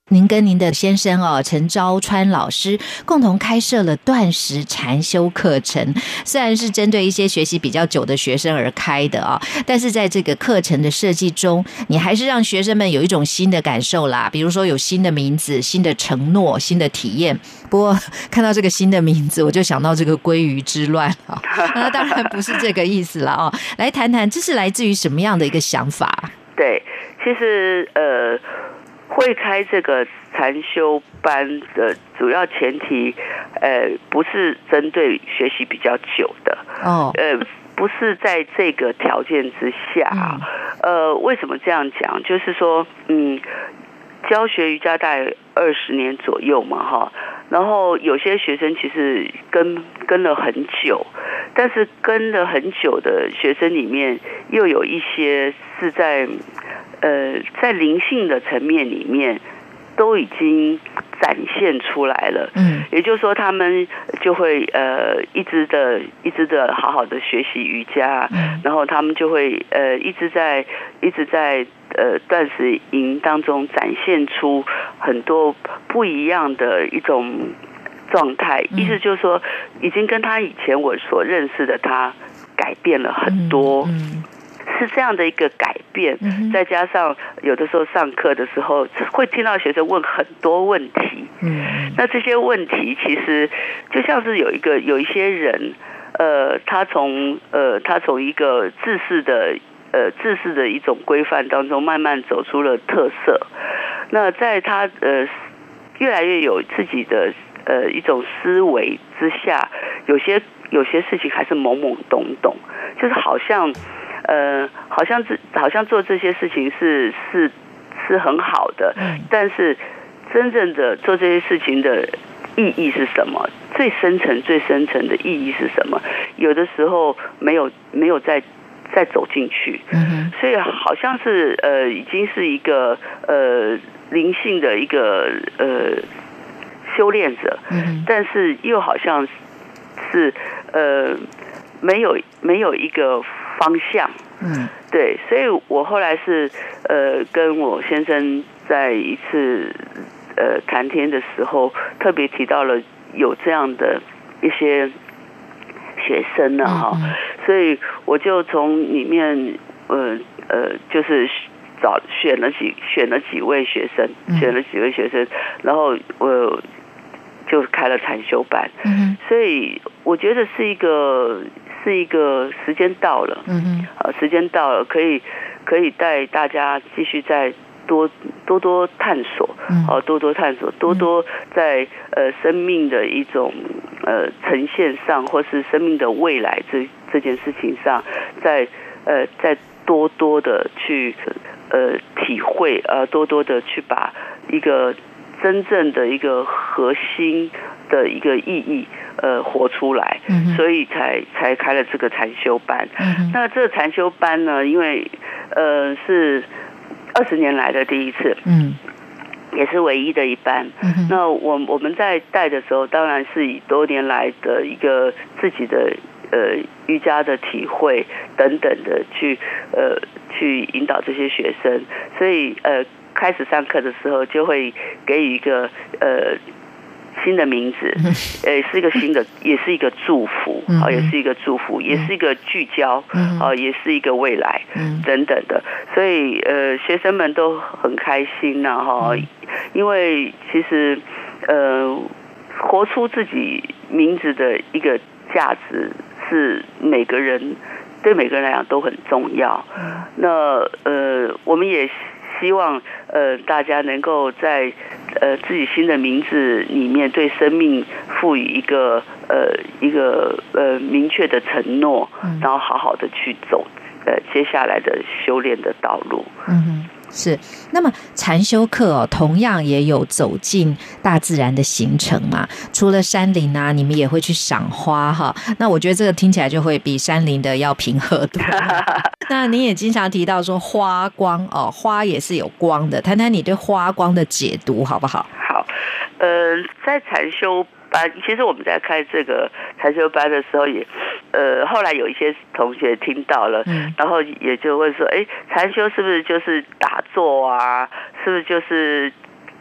您跟您的先生哦陈昭川老师共同开设了断食禅修课程，虽然是针对一些学习比较久的学生而开的啊、哦，但是在这个课程的设计中，你还是让学生们有一种新的感受啦，比如说有新的名字、新的承诺、新的体验。不过看到这个新的名字，我就想到这个鲑鱼之乱啊，那当然不是这个意思了哦。来谈谈，这是来自于什么样的一个想法？ 对，其实呃。会开这个禅修班的主要前提，呃，不是针对学习比较久的，哦，呃，不是在这个条件之下，嗯、呃，为什么这样讲？就是说，嗯，教学瑜伽大概二十年左右嘛，哈，然后有些学生其实跟跟了很久，但是跟了很久的学生里面，又有一些是在。呃，在灵性的层面里面，都已经展现出来了。嗯，也就是说，他们就会呃一直的、一直的好好的学习瑜伽，嗯、然后他们就会呃一直在、一直在呃断食营当中展现出很多不一样的一种状态。嗯、意思就是说，已经跟他以前我所认识的他改变了很多。嗯嗯是这样的一个改变，再加上有的时候上课的时候会听到学生问很多问题，嗯，那这些问题其实就像是有一个有一些人，呃，他从呃他从一个制式的呃制式的一种规范当中慢慢走出了特色，那在他呃越来越有自己的呃一种思维之下，有些有些事情还是懵懵懂懂，就是好像。呃，好像这好像做这些事情是是是很好的，但是真正的做这些事情的意义是什么？最深层、最深层的意义是什么？有的时候没有没有再再走进去，所以好像是呃，已经是一个呃灵性的一个呃修炼者，但是又好像是呃没有没有一个。方向，嗯，对，所以我后来是呃跟我先生在一次呃谈天的时候，特别提到了有这样的一些学生呢哈，嗯、所以我就从里面呃呃就是找选了几选了几位学生，嗯、选了几位学生，然后我就开了禅修班，嗯，所以我觉得是一个。是一个时间到了，嗯嗯，呃，时间到了，可以可以带大家继续再多多多探索，嗯，哦，多多探索，多多在呃生命的一种呃呈现上，或是生命的未来这这件事情上，在呃再多多的去呃体会，呃多多的去把一个真正的一个核心的一个意义。呃，活出来，嗯、所以才才开了这个禅修班。嗯、那这个禅修班呢，因为呃是二十年来的第一次，嗯，也是唯一的一班。嗯、那我我们在带的时候，当然是以多年来的一个自己的呃瑜伽的体会等等的去呃去引导这些学生，所以呃开始上课的时候就会给予一个呃。新的名字，呃，是一个新的，也是一个祝福，啊、哦，也是一个祝福，也是一个聚焦，啊、哦，也是一个未来，等等的。所以，呃，学生们都很开心呐、啊，哈，因为其实，呃，活出自己名字的一个价值，是每个人对每个人来讲都很重要。那，呃，我们也希望，呃，大家能够在。呃，自己新的名字里面对生命赋予一个呃一个呃明确的承诺，嗯、然后好好的去走呃接下来的修炼的道路。 嗯，是。那么禅修课哦，同样也有走进大自然的行程嘛。除了山林啊，你们也会去赏花哈。那我觉得这个听起来就会比山林的要平和多。那你也经常提到说花光哦，花也是有光的，谈谈你对花光的解读好不好？ 好，呃，在禅修班，其实我们在开这个禅修班的时候也，呃，后来有一些同学听到了，嗯、然后也就问说，哎，禅修是不是就是打坐啊？是不是就是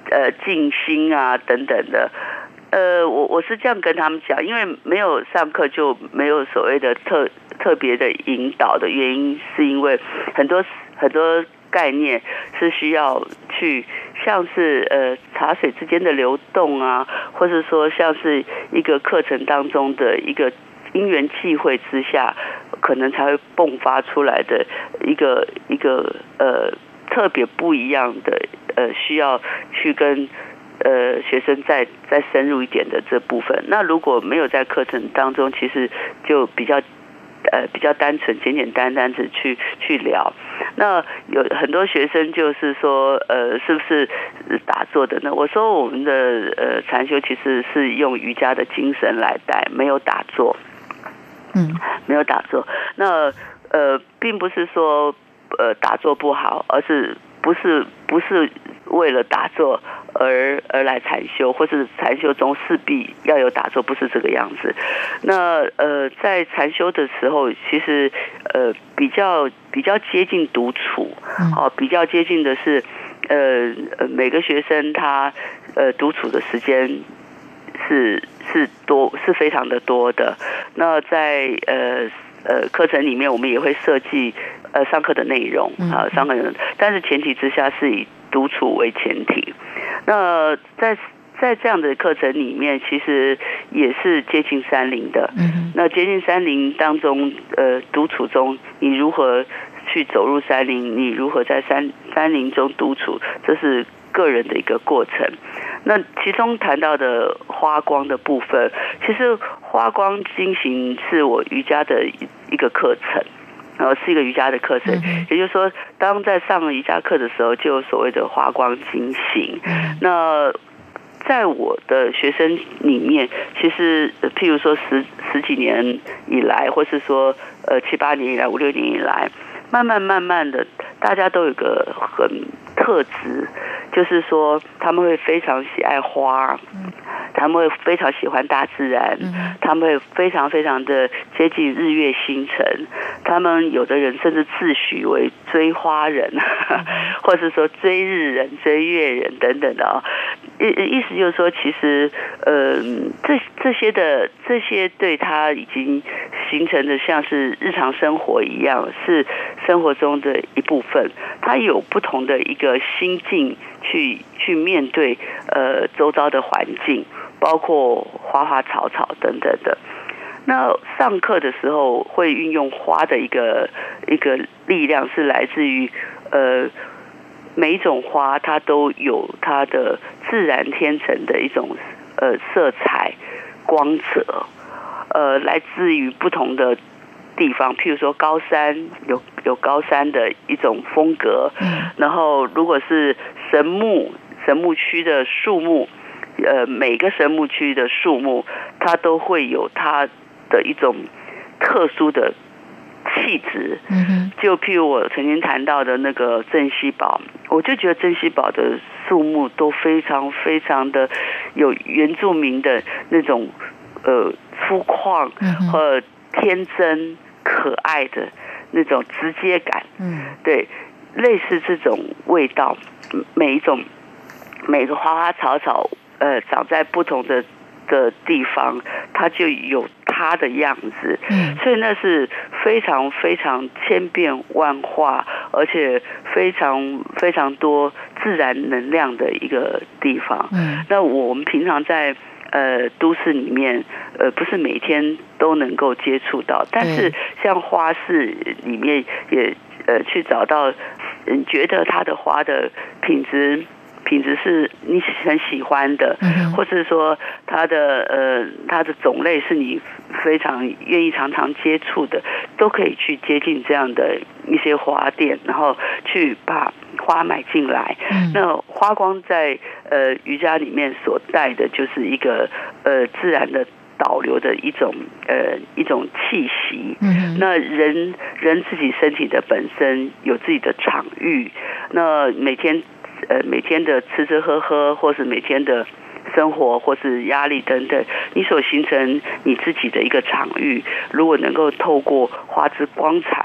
呃静心啊等等的。呃，我我是这样跟他们讲，因为没有上课就没有所谓的特特别的引导的原因，是因为很多很多概念是需要去像是呃茶水之间的流动啊，或者说像是一个课程当中的一个因缘际会之下，可能才会迸发出来的一个一个呃特别不一样的呃需要去跟。呃，学生再再深入一点的这部分，那如果没有在课程当中，其实就比较呃比较单纯、简简单单的去去聊。那有很多学生就是说，呃，是不是打坐的呢？我说我们的呃禅修其实是用瑜伽的精神来带，没有打坐， 嗯， 没有打坐。那呃，并不是说呃打坐不好，而是不是不是为了打坐。而而来禅修，或是禅修中势必要有打坐，不是这个样子。那呃，在禅修的时候，其实呃比较比较接近独处，哦，比较接近的是呃每个学生他呃独处的时间是是多是非常的多的。那在呃呃课程里面，我们也会设计呃上课的内容啊，上课内容，但是前提之下是以独处为前提。那在在这样的课程里面，其实也是接近山林的。嗯，那接近山林当中，呃，独处中，你如何去走入山林？你如何在山山林中独处？这是个人的一个过程。那其中谈到的花光的部分，其实花光经行是我瑜伽的一个课程。然后是一个瑜伽的课程，也就是说，当在上瑜伽课的时候，就有所谓的花光经行。那在我的学生里面，其实譬如说十十几年以来，或是说呃七八年以来、五六年以来，慢慢慢慢的，大家都有个很特质，就是说他们会非常喜爱花。他们会非常喜欢大自然，他们会非常非常的接近日月星辰，他们有的人甚至自诩为追花人，或是说追日人、追月人等等的啊、哦。意意思就是说，其实呃，这这些的这些对他已经形成的像是日常生活一样，是生活中的一部分。他有不同的一个心境去去面对呃周遭的环境。包括花花草草等等的。那上课的时候会运用花的一个一个力量，是来自于呃每一种花它都有它的自然天成的一种呃色彩光泽，呃来自于不同的地方，譬如说高山有有高山的一种风格，然后如果是神木神木区的树木。呃，每个神木区的树木，它都会有它的一种特殊的气质。嗯，就譬如我曾经谈到的那个镇西堡，我就觉得镇西堡的树木都非常非常的有原住民的那种呃粗犷和天真可爱的那种直接感。嗯，对，类似这种味道，每一种每个花花草草。呃，长在不同的的地方，它就有它的样子，嗯，所以那是非常非常千变万化，而且非常非常多自然能量的一个地方。嗯，那我们平常在呃都市里面，呃，不是每天都能够接触到，但是像花市里面也呃去找到，嗯，觉得它的花的品质。品质是你很喜欢的，或是说它的呃它的种类是你非常愿意常常接触的，都可以去接近这样的一些花店，然后去把花买进来。嗯、那花光在呃瑜伽里面所带的就是一个呃自然的导流的一种呃一种气息。嗯、那人人自己身体的本身有自己的场域，那每天。呃，每天的吃吃喝喝，或是每天的生活，或是压力等等，你所形成你自己的一个场域，如果能够透过花之光彩，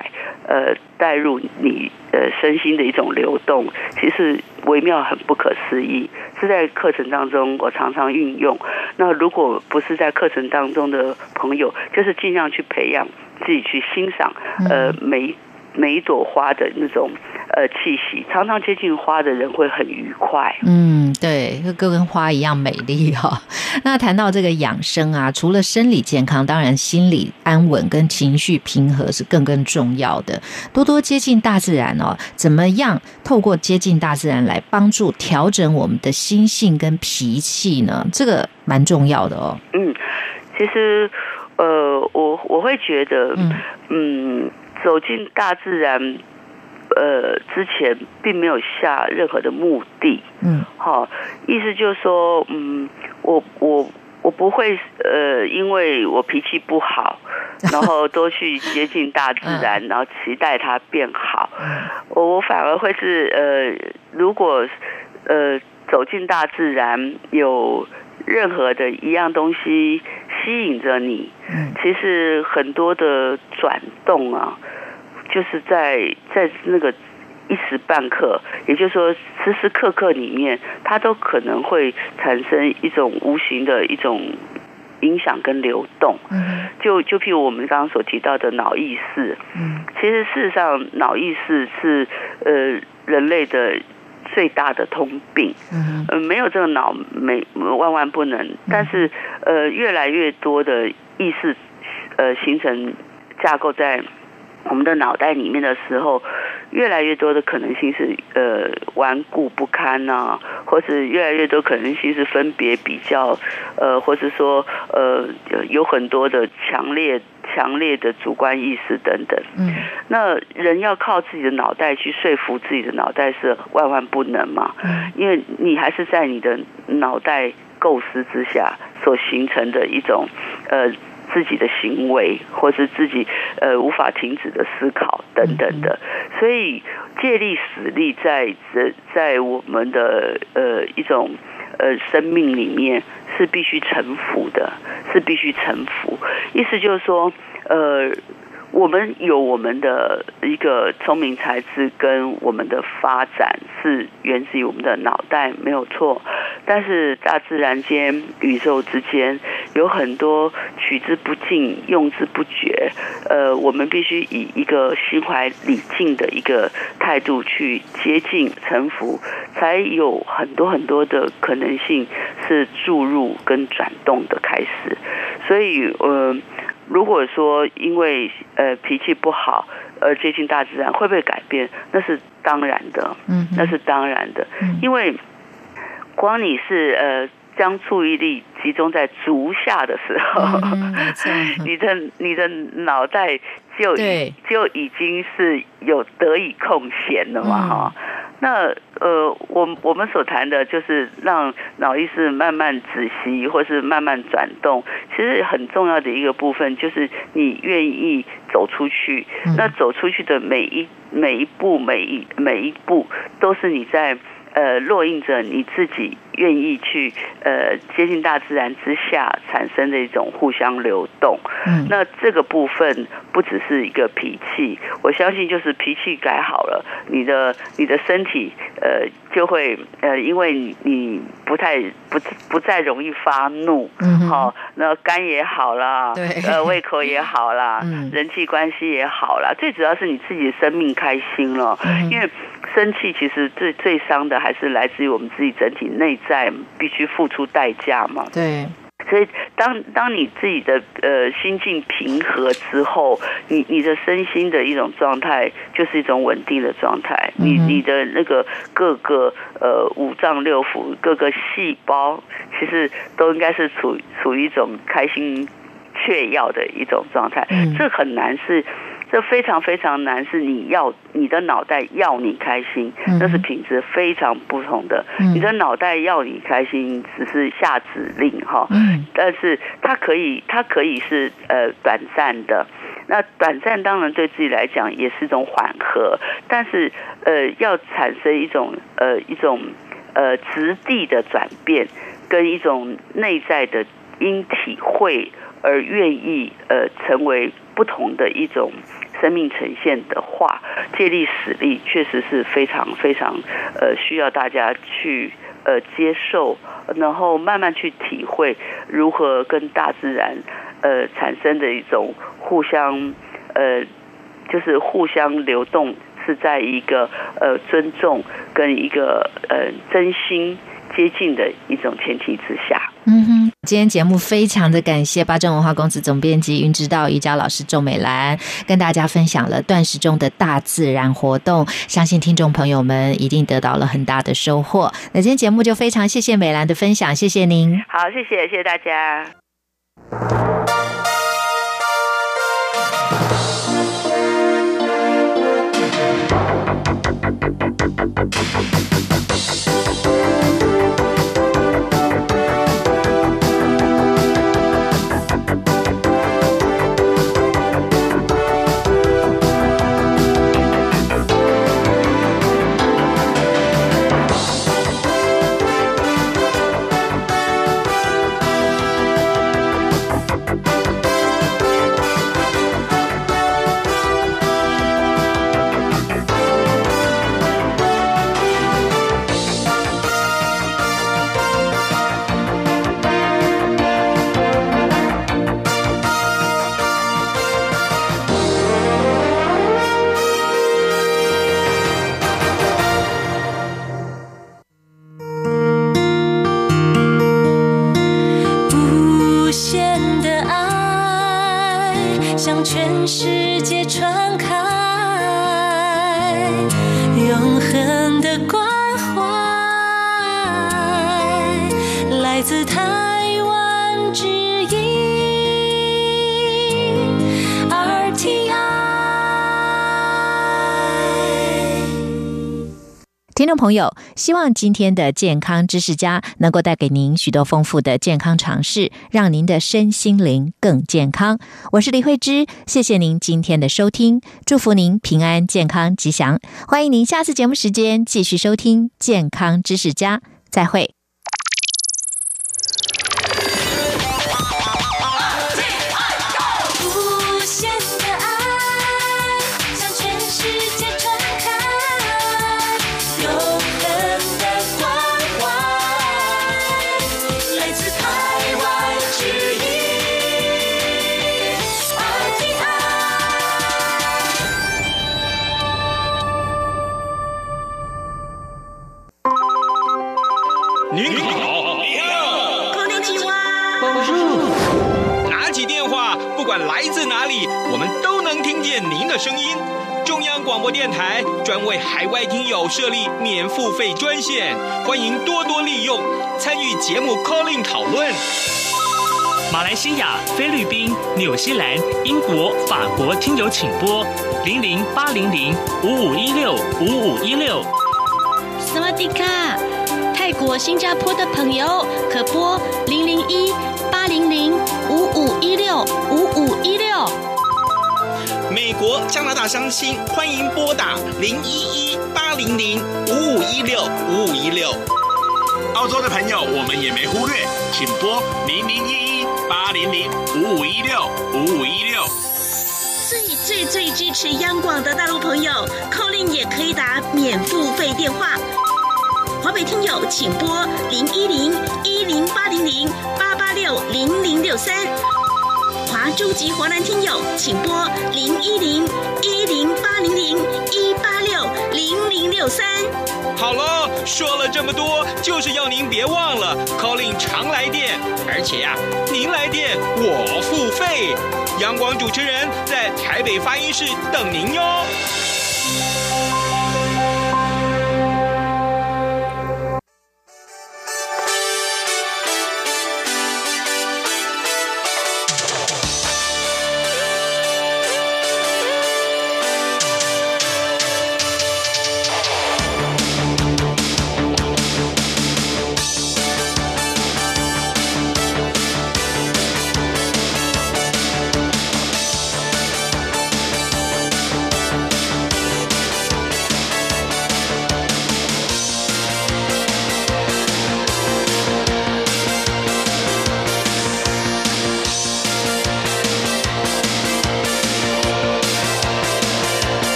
呃带入你呃身心的一种流动，其实微妙很不可思议，是在课程当中我常常运用。那如果不是在课程当中的朋友，就是尽量去培养自己去欣赏呃每每一朵花的那种呃气息，常常接近花的人会很愉快。 嗯，对，就跟花一样美丽哈、哦。那谈到这个养生啊，除了生理健康，当然心理安稳跟情绪平和是更更重要的。多多接近大自然哦，怎么样透过接近大自然来帮助调整我们的心性跟脾气呢？这个蛮重要的哦。 嗯，其实呃，我我会觉得，嗯。嗯走进大自然，呃，之前并没有下任何的目的，嗯，好，意思就是说，嗯，我我我不会，呃，因为我脾气不好，然后多去接近大自然，然后期待它变好，我我反而会是，呃，如果呃走进大自然有任何的一样东西吸引着你，其实很多的转动啊，就是在在那个一时半刻，也就是说时时刻刻里面，它都可能会产生一种无形的一种影响跟流动。就就譬如我们刚刚所提到的脑意识，其实事实上脑意识是呃人类的最大的通病，呃，没有这个脑没万万不能，但是呃越来越多的意识呃形成架构在我们的脑袋里面的时候，越来越多的可能性是呃顽固不堪啊，或是越来越多可能性是分别比较，呃，或是说呃有很多的强烈强烈的主观意识等等。嗯，那人要靠自己的脑袋去说服自己的脑袋是万万不能嘛，嗯，因为你还是在你的脑袋构思之下所形成的一种呃。自己的行为，或是自己呃无法停止的思考等等的，所以借力使力在在我们的呃一种呃生命里面是必须臣服的，是必须臣服。意思就是说，呃，我们有我们的一个聪明才智跟我们的发展是源自于我们的脑袋，没有错。但是大自然间、宇宙之间有很多取之不尽、用之不绝。呃，我们必须以一个心怀礼敬的一个态度去接近、臣服，才有很多很多的可能性是注入跟转动的开始。所以，呃。如果说因为呃脾气不好而接近大自然会不会改变？那是当然的，嗯，那是当然的，嗯，因为光你是呃将注意力集中在足下的时候，嗯，没错，你的你的脑袋就就已经是有得以空闲了嘛，哈，嗯。那呃，我我们所谈的就是让脑意识慢慢止息，或是慢慢转动。其实很重要的一个部分就是你愿意走出去。嗯，那走出去的每一每一步，每一每一步，都是你在呃落印着你自己愿意去呃接近大自然之下产生的一种互相流动。嗯，那这个部分不只是一个脾气，我相信就是脾气改好了，你的你的身体呃就会呃因为你不太不不再容易发怒，嗯，好，那肝也好啦，对，呃胃口也好啦，嗯，人际关系也好啦，最主要是你自己的生命开心了，嗯，因为生气其实最最伤的还是来自于我们自己整体内在必须付出代价嘛。对，所以当当你自己的呃心境平和之后，你你的身心的一种状态就是一种稳定的状态。你你的那个各个呃五脏六腑各个细胞，其实都应该是处处于一种开心雀跃的一种状态。嗯，这很难是。这非常非常难，是你要你的脑袋要你开心，那是品质非常不同的。嗯，你的脑袋要你开心，只是下指令哈，嗯，但是它可以，它可以是呃短暂的。那短暂当然对自己来讲也是一种缓和，但是呃要产生一种呃一种呃质地的转变，跟一种内在的因体会而愿意呃成为不同的一种生命呈现的话，借力使力确实是非常非常呃需要大家去呃接受，然后慢慢去体会如何跟大自然呃产生的一种互相呃就是互相流动，是在一个呃尊重跟一个呃真心接近的一种前提之下。 嗯哼，今天节目非常的感谢八正文化公司总编辑云知道瑜伽老师周美兰，跟大家分享了断食中的大自然活动，相信听众朋友们一定得到了很大的收获。那今天节目就非常谢谢美兰的分享，谢谢您。 好，谢谢，谢谢大家。 向全世界传开，永恒的关怀来自台湾之音 R T I。 听众朋友，希望今天的健康知识家能够带给您许多丰富的健康常识，让您的身心灵更健康。我是李慧芝，谢谢您今天的收听，祝福您平安健康吉祥。欢迎您下次节目时间继续收听健康知识家，再会。 您好，你好， こんにちは。 拿起电话，不管来自哪里，我们都能听见您的声音。中央广播电台专为海外听友设立免付费专线，欢迎多多利用，参与节目 call in 讨论。 马来西亚、菲律宾、纽西兰、英国、法国听友请拨零零八零零五五一六五五一六。 萨瓦迪卡。泰国、新加坡的朋友可拨零零一八零零五五一六五五一六。 美国、加拿大乡亲欢迎拨打零一一八零零五五一六五五一六。 澳洲的朋友我们也没忽略，请拨零零一一八零零五五一六五五一六。 最最最支持央广的大陆朋友 ，call in 也可以打免付费电话。华北听友请拨零一零一零八零零八八六零零六三，华中及华南听友请拨零一零一零八零零一八六零零六三。 好了，说了这么多，就是要您别忘了 call in 常来电，而且呀、啊，您来电我付费。阳光主持人在台北发音室等您哟。